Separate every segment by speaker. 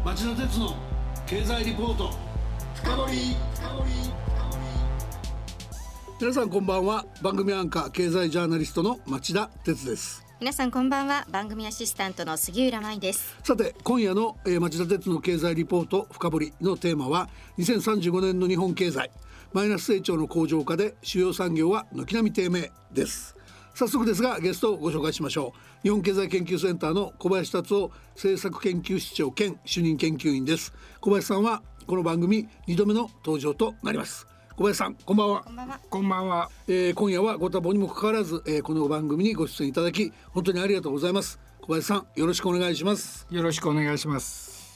Speaker 1: 町田鉄の経済リポート深掘り。皆さんこんばんは。番組アンカー経済ジャーナリストの町田鉄です。
Speaker 2: 皆さんこんばんは。番組アシスタントの杉浦舞です。
Speaker 1: さて今夜の、町田鉄の経済リポート深掘りのテーマは2035年の日本経済、マイナス成長の向上化で主要産業は軒並み低迷です。早速ですがゲストをご紹介しましょう。日本経済研究センターの小林達夫政策研究室長兼主任研究員です。小林さんはこの番組2度目の登場となります。小林さんこんばんは。
Speaker 2: こんばんは。
Speaker 3: こんばんは。
Speaker 1: 今夜はご多忙にもかかわらず、この番組にご出演いただき本当にありがとうございます。小林さんよろしくお願いします。
Speaker 3: よろしくお願いします。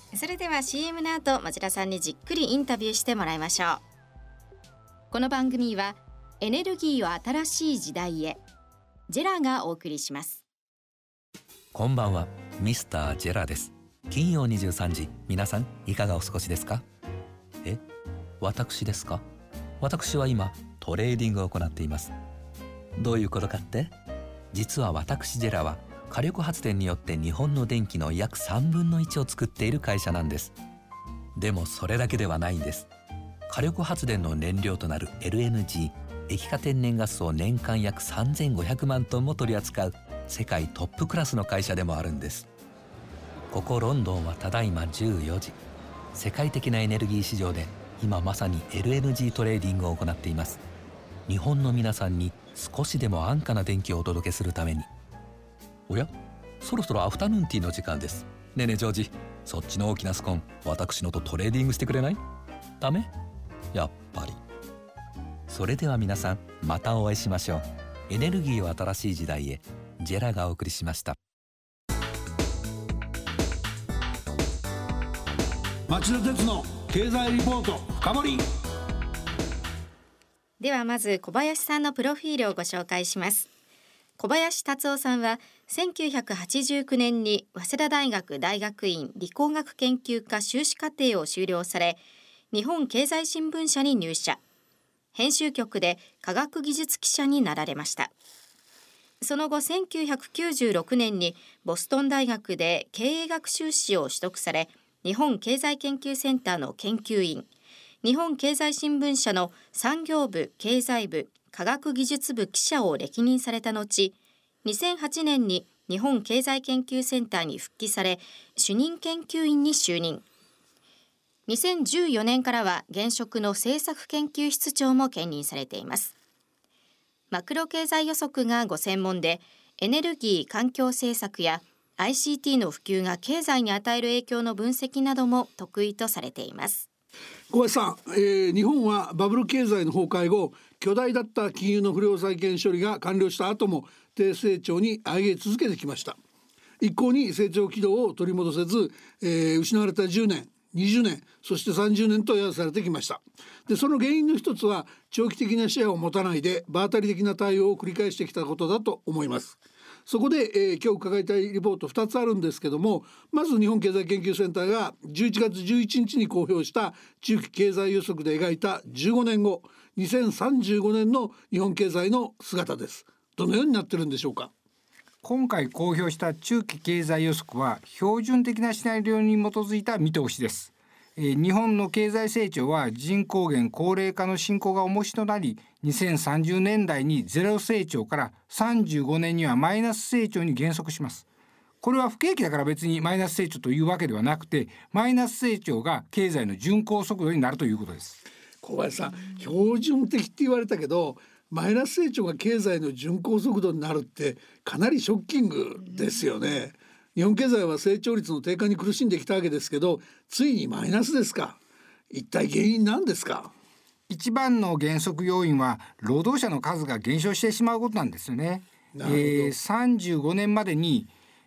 Speaker 2: それでは CM の後町田さんにじっくりインタビューしてもらいましょう。この番組はエネルギーを新しい時代へ、ジェラがお送りします。
Speaker 4: こんばんは、ミスタージェラです。金曜23時、皆さんいかがお過ごしですか？私ですか？私は今トレーディングを行っています。どういうことかって、実は私ジェラは火力発電によって日本の電気の約3分の1を作っている会社なんです。でもそれだけではないんです。火力発電の燃料となる LNG、液化天然ガスを年間約3500万トンも取り扱う世界トップクラスの会社でもあるんです。ここロンドンはただいま14時。世界的なエネルギー市場で今まさに LNG トレーディングを行っています。日本の皆さんに少しでも安価な電気をお届けするために。おや、そろそろアフタヌーンティーの時間です。ねえねえジョージ、そっちの大きなスコーン私のとトレーディングしてくれない？ダメ？やっぱり。それでは皆さんまたお会いしましょう。エネルギーを新しい時代へ、ジェラがお送りしました。
Speaker 1: 町田鉄の経済リポート深掘り。
Speaker 2: ではまず小林さんのプロフィールをご紹介します。小林達夫さんは1989年に早稲田大学大学院理工学研究科修士課程を修了され、日本経済新聞社に入社。編集局で科学技術記者になられました。その後1996年にボストン大学で経営学修士を取得され、日本経済研究センターの研究員、日本経済新聞社の産業部、経済部、科学技術部記者を歴任された後、2008年に日本経済研究センターに復帰され、主任研究員に就任。2014年からは現職の政策研究室長も兼任されています。マクロ経済予測がご専門で、エネルギー環境政策や ICT の普及が経済に与える影響の分析なども得意とされています。
Speaker 1: 小林さん、日本はバブル経済の崩壊後、巨大だった金融の不良債権処理が完了した後も低成長にあえ続けてきました。一向に成長軌道を取り戻せず、失われた10年20年そして30年と揶揄されてきました。でその原因の一つは長期的な視野を持たないで場当たり的な対応を繰り返してきたことだと思います。そこで、今日伺いたいリポート2つあるんですけども、まず日本経済研究センターが11月11日に公表した中期経済予測で描いた15年後2035年の日本経済の姿です。どのようになってるんでしょうか？
Speaker 3: 今回公表した中期経済予測は標準的なシナリオに基づいた見通しです。日本の経済成長は人口減高齢化の進行が重しとなり、2030年代にゼロ成長から35年にはマイナス成長に減速します。これは不景気だから別にマイナス成長というわけではなくて、マイナス成長が経済の巡航速度になるということです。
Speaker 1: 小林さん、標準的って言われたけどマイナス成長が経済の巡航速度になるってかなりショッキングですよね。日本経済は成長率の低下に苦しんできたわけですけど、ついにマイナスですか？一体原因なんですか？
Speaker 3: 一番の減速要因は労働者の数が減少してしまうことなんですよね。35年までに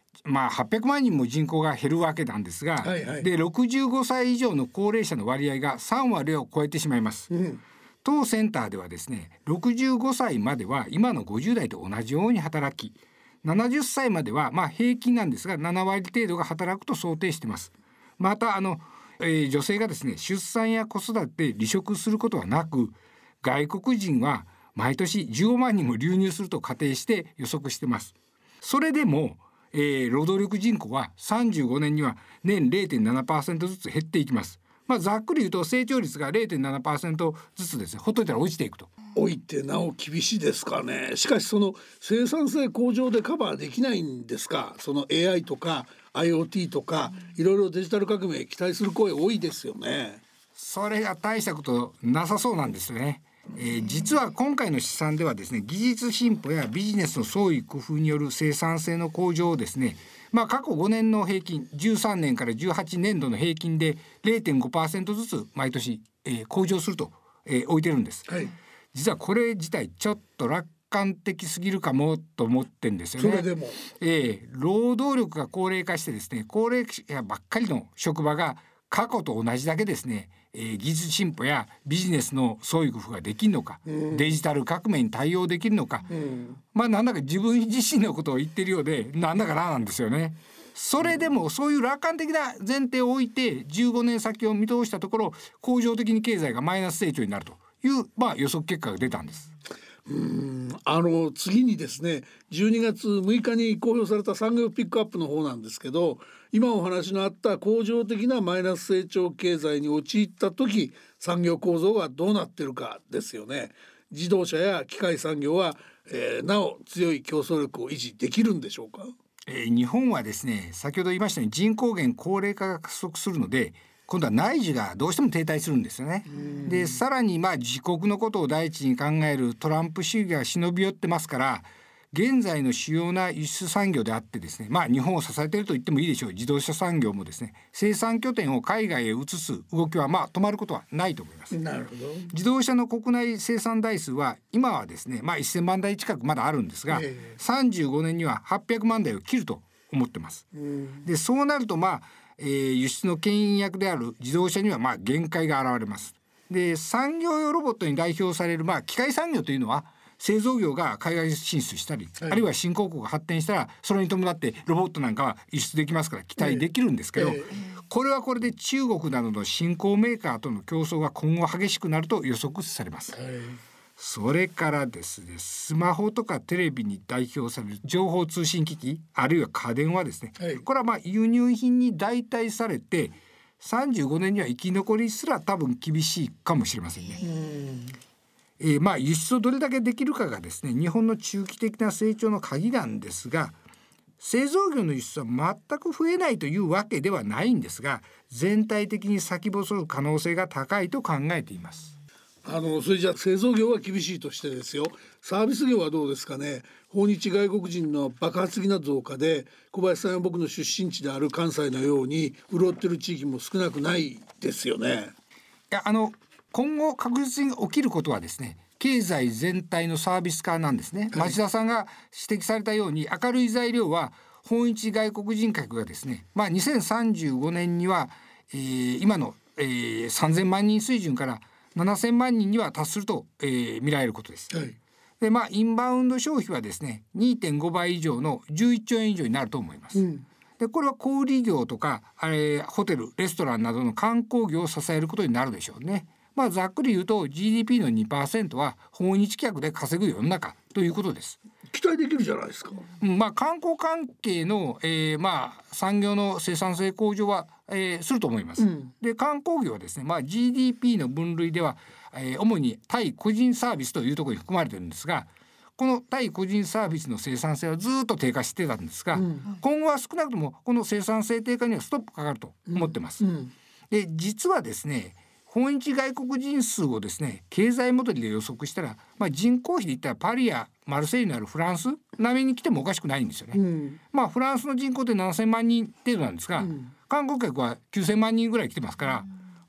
Speaker 3: 800万人も人口が減るわけなんですが、で65歳以上の高齢者の割合が3割を超えてしまいます。当センターではですね、65歳までは今の50代と同じように働き、70歳までは平均なんですが7割程度が働くと想定しています。また女性がですね、出産や子育てで離職することはなく、外国人は毎年15万人も流入すると仮定して予測しています。それでも労働力人口は35年には年 0.7% ずつ減っていきます。ざっくり言うと成長率が 0.7% ずつですね、ほっといたら落ちていくと。
Speaker 1: 老いてなお厳しいですかね。しかしその生産性向上でカバーできないんですか。その AI とか IoT とかいろいろデジタル革命期待する声多いですよね。
Speaker 3: それが大したことなさそうなんですね。実は今回の試算ではですね、技術進歩やビジネスの創意工夫による生産性の向上をですね、過去5年の平均13年から18年度の平均で 0.5% ずつ毎年、向上すると、置いてるんです、はい、実はこれ自体ちょっと楽観的すぎるかもと思ってんですよね。
Speaker 1: それでも、
Speaker 3: 労働力が高齢化してですね、高齢者ばっかりの職場が過去と同じだけですね、技術進歩やビジネスの創意工夫ができるのか、デジタル革命に対応できるのか、なんだか自分自身のことを言ってるようでなんだかなんですよね。それでもそういう楽観的な前提を置いて15年先を見通したところ、恒常的に経済がマイナス成長になるという、予測結果が出たんです。
Speaker 1: 次にですね、12月6日に公表された産業ピックアップの方なんですけど、今お話のあった恒常的なマイナス成長経済に陥った時、産業構造がどうなってるかですよね。自動車や機械産業は、なお強い競争力を維持できるんでしょうか。
Speaker 3: 日本はですね、先ほど言いましたように人口減高齢化が加速するので、今度は内需がどうしても停滞するんですよね。でさらに自国のことを第一に考えるトランプ主義が忍び寄ってますから、現在の主要な輸出産業であってですね、日本を支えていると言ってもいいでしょう自動車産業もですね、生産拠点を海外へ移す動きは止まることはないと思います。
Speaker 1: なるほど。
Speaker 3: 自動車の国内生産台数は今はですね、1000万台近くまだあるんですが、35年には800万台を切ると思ってます。でそうなると輸出の牽引役である自動車には限界が現れます。で産業用ロボットに代表される機械産業というのは製造業が海外進出したり、あるいは新興国が発展したらそれに伴ってロボットなんかは輸出できますから期待できるんですけど、これはこれで中国などの新興メーカーとの競争が今後激しくなると予測されます。それからですね、スマホとかテレビに代表される情報通信機器、あるいは家電はですね、これは輸入品に代替されて35年には生き残りすら多分厳しいかもしれませんね。輸出をどれだけできるかがですね、日本の中期的な成長の鍵なんですが、製造業の輸出は全く増えないというわけではないんですが、全体的に先細る可能性が高いと考えています。
Speaker 1: それじゃ製造業は厳しいとしてですよ、サービス業はどうですかね。訪日外国人の爆発的な増加で小林さんは僕の出身地である関西のように潤ってる地域も少なくないですよね。
Speaker 3: 今後確実に起きることはですね、経済全体のサービス化なんですね。町田さんが指摘されたように明るい材料は訪日外国人客がですね、2035年には、今の、3000万人水準から7000万人には達すると、見られることです。でインバウンド消費はですね 2.5 倍以上の11兆円以上になると思います。でこれは小売業とかホテルレストランなどの観光業を支えることになるでしょうね。ざっくり言うと GDP の 2% は訪日客で稼ぐ世の中ということです。
Speaker 1: 期待できるじゃないですか。
Speaker 3: 観光関係の、産業の生産性向上は、すると思います。で観光業はですね、GDP の分類では、主に対個人サービスというところに含まれているんですが、この対個人サービスの生産性はずっと低下してたんですが、今後は少なくともこの生産性低下にはストップかかると思ってます。で実はですね、訪日外国人数をですね経済モデルで予測したら、人口比で言ったらパリやマルセイユにあるフランス並みに来てもおかしくないんですよね。フランスの人口って7000万人程度なんですが、観光客は9000万人ぐらい来てますから、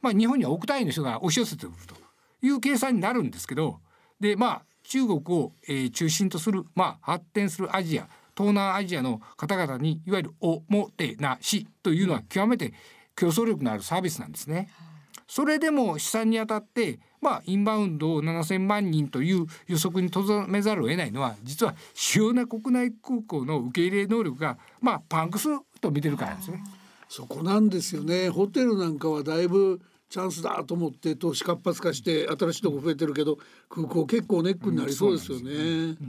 Speaker 3: 日本には億単位の人が押し寄せてくるという計算になるんですけど、で中国を、中心とする、発展するアジア東南アジアの方々にいわゆるおもてなしというのは極めて競争力のあるサービスなんですね。それでも試算にあたってインバウンドを7000万人という予測にとどめざるを得ないのは、実は主要な国内空港の受け入れ能力がパンクすると見てるからなんですね。
Speaker 1: そこなんですよね。ホテルなんかはだいぶチャンスだと思って投資活発化して新しいとこ増えてるけど、空港結構ネックになりそうですよね。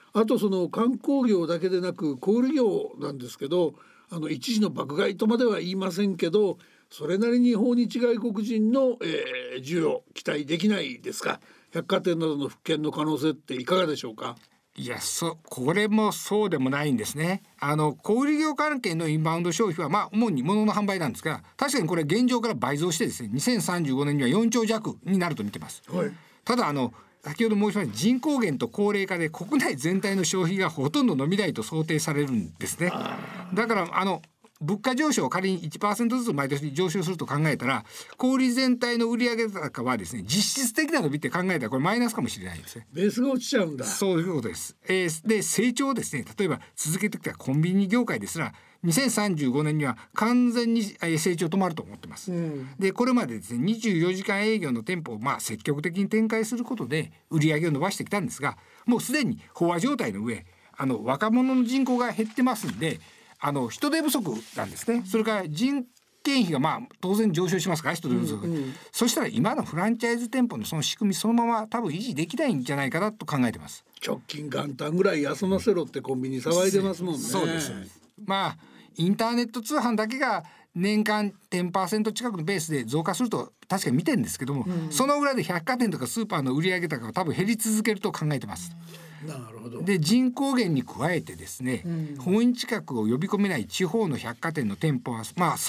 Speaker 1: あとその観光業だけでなく小売業なんですけど、一時の爆買いとまでは言いませんけど、それなりに訪日外国人の、需要期待できないですか。百貨店などの復権の可能性っていかがでしょうか。
Speaker 3: いや、これもそうでもないんですね。小売業関係のインバウンド消費は主に物の販売なんですが、確かにこれ現状から倍増してですね、2035年には4兆弱になると見てます。
Speaker 1: はい、
Speaker 3: ただ先ほど申しました人口減と高齢化で国内全体の消費がほとんど伸びないと想定されるんですね。だから物価上昇を仮に 1% ずつ毎年上昇すると考えたら、小売全体の売上高はですね、実質的な伸びって考えたらこれマイナスかもしれないですね。
Speaker 1: ベースが落ちちゃうんだ。
Speaker 3: そういうことです。で成長をですね、例えば続けてきたコンビニ業界ですら2035年には完全に成長止まると思ってます。でこれまでですね、24時間営業の店舗を積極的に展開することで売り上げを伸ばしてきたんですが、もうすでに飽和状態の上、若者の人口が減ってますんで、人手不足なんですね。それから人件費が当然上昇しますから、人手不足、そしたら今のフランチャイズ店舗のその仕組みそのまま多分維持できないんじゃないかなと考えてます。
Speaker 1: 直近元旦ぐらい休ませろってコンビニ騒いでますもんね。
Speaker 3: そうです。インターネット通販だけが年間 10% 近くのベースで増加すると確かに見てるんですけども、その裏で百貨店とかスーパーの売上高は多分減り続けると考えてます。
Speaker 1: なるほど。
Speaker 3: で人口減に加えてですね、訪日客を呼び込めない地方の百貨店の店舗は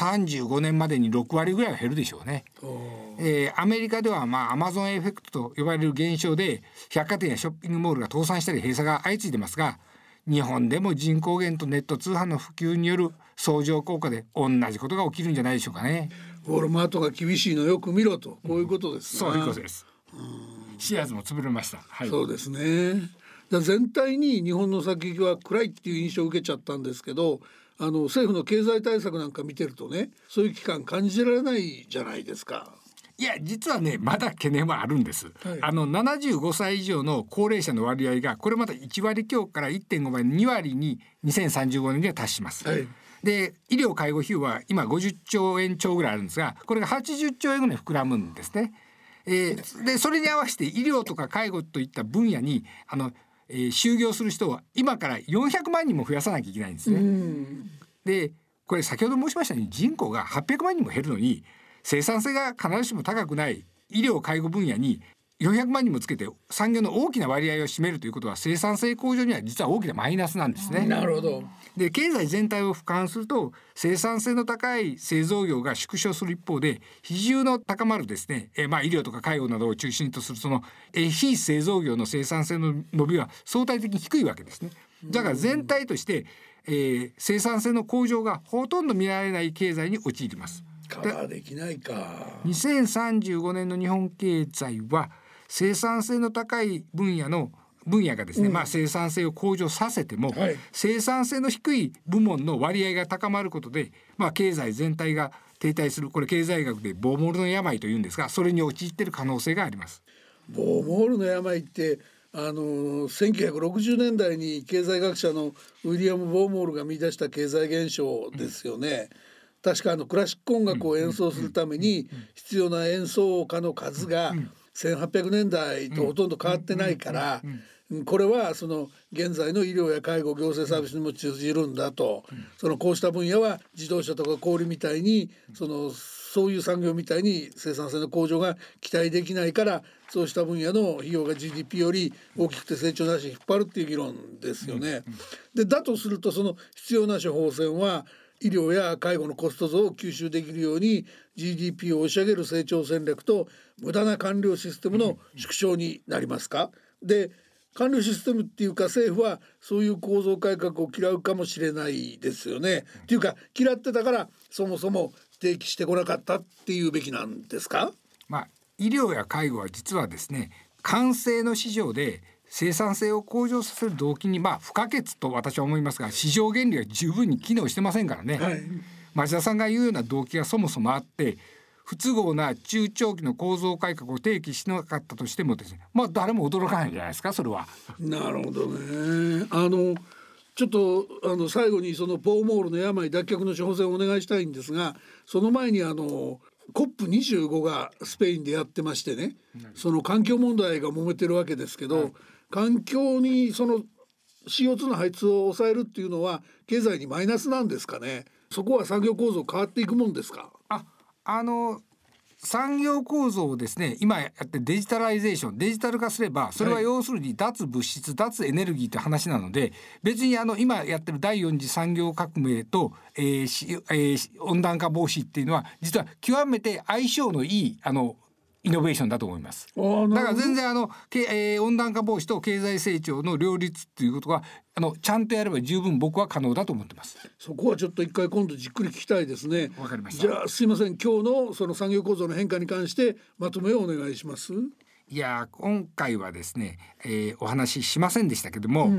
Speaker 3: 35年までに6割ぐらいは減るでしょうね。アメリカではアマゾンエフェクトと呼ばれる現象で百貨店やショッピングモールが倒産したり閉鎖が相次いでますが、日本でも人口減とネット通販の普及による相乗効果で同じことが起きるんじゃないでしょうかね。
Speaker 1: ウォールマートが厳しいのよく見ろと、こういうことですね。
Speaker 3: そういうことです。シアーズも潰れました。はい、
Speaker 1: そうですね。全体に日本の先行きは暗いっていう印象を受けちゃったんですけど、政府の経済対策なんか見てるとね、そういう期間感じられないじゃないですか。
Speaker 3: いや実はね、まだ懸念はあるんです。75歳以上の高齢者の割合がこれまた1割強から 1.5 倍の2割に2035年には達します。で医療介護費用は今50兆円超ぐらいあるんですが、これが80兆円ぐらい膨らむんですね。でそれに合わせて医療とか介護といった分野に就業する人は今から400万人も増やさなきゃいけないんですね。でこれ先ほど申しましたように人口が800万人も減るのに生産性が必ずしも高くない医療介護分野に400万人もつけて産業の大きな割合を占めるということは生産性向上には実は大きなマイナスなんですね。
Speaker 1: なるほど。
Speaker 3: で経済全体を俯瞰すると生産性の高い製造業が縮小する一方で比重の高まるですね、医療とか介護などを中心とするその非製造業の生産性の伸びは相対的に低いわけですね。だから全体として、生産性の向上がほとんど見られない経済に陥ります。
Speaker 1: カバーできないか。
Speaker 3: 2035年の日本経済は生産性の高い分野がですね、生産性を向上させても、生産性の低い部門の割合が高まることで、経済全体が停滞する、これ経済学でボーモールの病というんですが、それに陥っている可能性があります。
Speaker 1: ボーモールの病って1960年代に経済学者のウィリアム・ボーモールが見出した経済現象ですよね。確かクラシック音楽を演奏するために必要な演奏家の数が1800年代とほとんど変わってないから、これはその現在の医療や介護行政サービスにも通じるんだと。こうした分野は自動車とか小売みたいにそういう産業みたいに生産性の向上が期待できないから、そうした分野の費用が GDP より大きくて成長なし引っ張るっていう議論ですよね。でだとするとその必要な処方箋は医療や介護のコスト増を吸収できるように GDP を押し上げる成長戦略と無駄な官僚システムの縮小になりますか。で官僚システムっていうか政府はそういう構造改革を嫌うかもしれないですよね。っていうか嫌ってたからそもそも提起してこなかったっていうべきなんですか。
Speaker 3: 医療や介護は実はですね、官製の市場で生産性を向上させる動機に不可欠と私は思いますが、市場原理は十分に機能してませんからね。町田さんが言うような動機がそもそもあって、不都合な中長期の構造改革を提起しなかったとしてもですね、誰も驚かないんじゃないですか、それは。
Speaker 1: なるほどね。ちょっと最後にそのボーモールの病脱却の処方箋をお願いしたいんですが、その前にCOP25 がスペインでやってましてね、その環境問題が揉めてるわけですけど、環境に CO2 の排出を抑えるっていうのは経済にマイナスなんですかね。そこは産業構造変わっていくもんですか。
Speaker 3: 産業構造をですね、今やってデジタライゼーション、デジタル化すれば、それは要するに脱物質、脱エネルギーという話なので、別に今やってる第4次産業革命と、温暖化防止っていうのは実は極めて相性のいいイノベーションだと思います。だから全然温暖化防止と経済成長の両立っていうことがちゃんとやれば十分僕は可能だと思ってます。
Speaker 1: そこはちょっと一回今度じっくり聞きたいですね。
Speaker 3: わかりました。
Speaker 1: じゃあすいません、今日のその産業構造の変化に関してまとめをお願いします。
Speaker 3: いや今回はですね、お話ししませんでしたけども、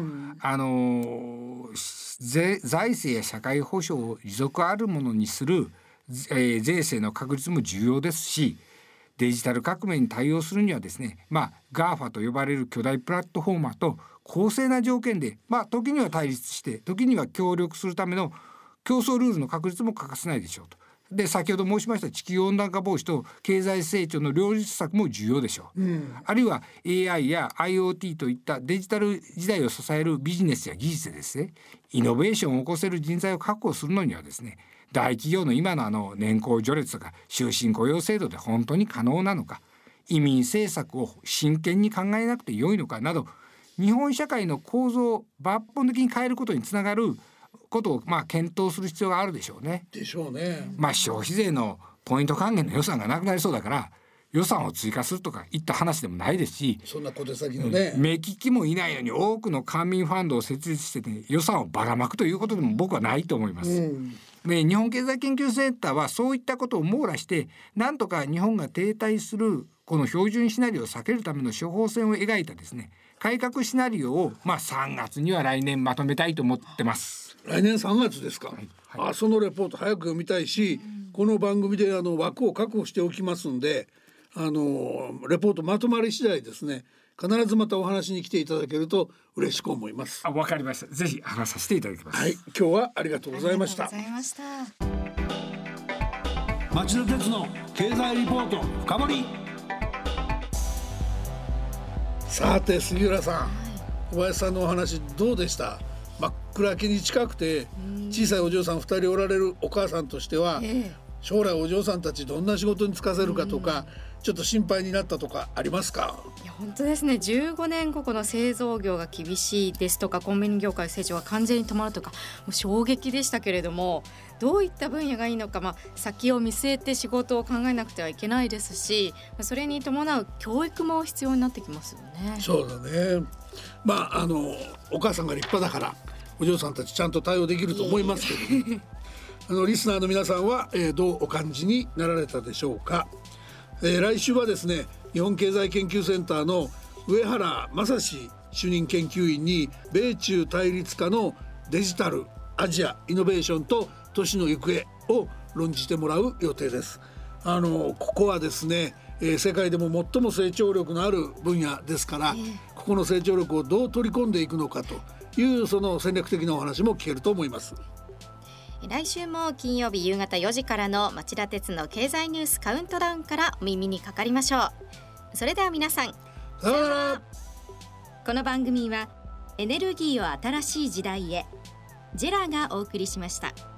Speaker 3: 財政や社会保障を持続あるものにする、税制の確立も重要ですし、デジタル革命に対応するにはですね、GAFA と呼ばれる巨大プラットフォーマーと公正な条件で、時には対立して時には協力するための競争ルールの確立も欠かせないでしょうと。で先ほど申しました地球温暖化防止と経済成長の両立策も重要でしょう、あるいは AI や IoT といったデジタル時代を支えるビジネスや技術でですね、イノベーションを起こせる人材を確保するのにはですね、大企業の今の年功序列とか終身雇用制度で本当に可能なのか、移民政策を真剣に考えなくてよいのかなど、日本社会の構造を抜本的に変えることにつながることを検討する必要があるでしょうね。
Speaker 1: でしょうね。
Speaker 3: 消費税のポイント還元の予算がなくなりそうだから予算を追加するとかいった話でもないですし、
Speaker 1: そんな小手先のね、
Speaker 3: 目利きもいないのに多くの官民ファンドを設立して、予算をばらまくということでも僕はないと思います、で日本経済研究センターはそういったことを網羅してなんとか日本が停滞するこの標準シナリオを避けるための処方箋を描いたですね、改革シナリオを3月には来年まとめたいと思ってます。
Speaker 1: 来年3月ですか、そのレポート早く読みたいし、この番組で枠を確保しておきますんで、レポートまとまり次第ですね、必ずまたお話に来ていただけると嬉しく思います。
Speaker 3: わかりました。ぜひ話させていただきます。
Speaker 1: 今日はありがとうございました。町田鉄の経済リポート深掘り。さて杉浦さん、小林さんのお話どうでした？真っ暗けに近くて小さいお嬢さん2人おられるお母さんとしては、将来お嬢さんたちどんな仕事に就かせるかとか、ちょっと心配になったとかありますか？
Speaker 2: いや本当ですね。15年後この製造業が厳しいですとか、コンビニ業界成長が完全に止まるとか、もう衝撃でしたけれども、どういった分野がいいのか、先を見据えて仕事を考えなくてはいけないですし、それに伴う教育も必要になってきますよね。
Speaker 1: そうだね。お母さんが立派だからお嬢さんたちちゃんと対応できると思いますけど、ね、リスナーの皆さんは、どうお感じになられたでしょうか。来週はですね、日本経済研究センターの上原正史主任研究員に米中対立下のデジタル、アジア、イノベーションと都市の行方を論じてもらう予定です。ここはですね、世界でも最も成長力のある分野ですから、ここの成長力をどう取り込んでいくのかというその戦略的なお話も聞けると思います。
Speaker 2: 来週も金曜日夕方4時からの町田鉄の経済ニュースカウントダウンからお耳にかかりましょう。それでは皆さん、
Speaker 1: さよなら。
Speaker 2: この番組はエネルギーを新しい時代へ、ジェラがお送りしました。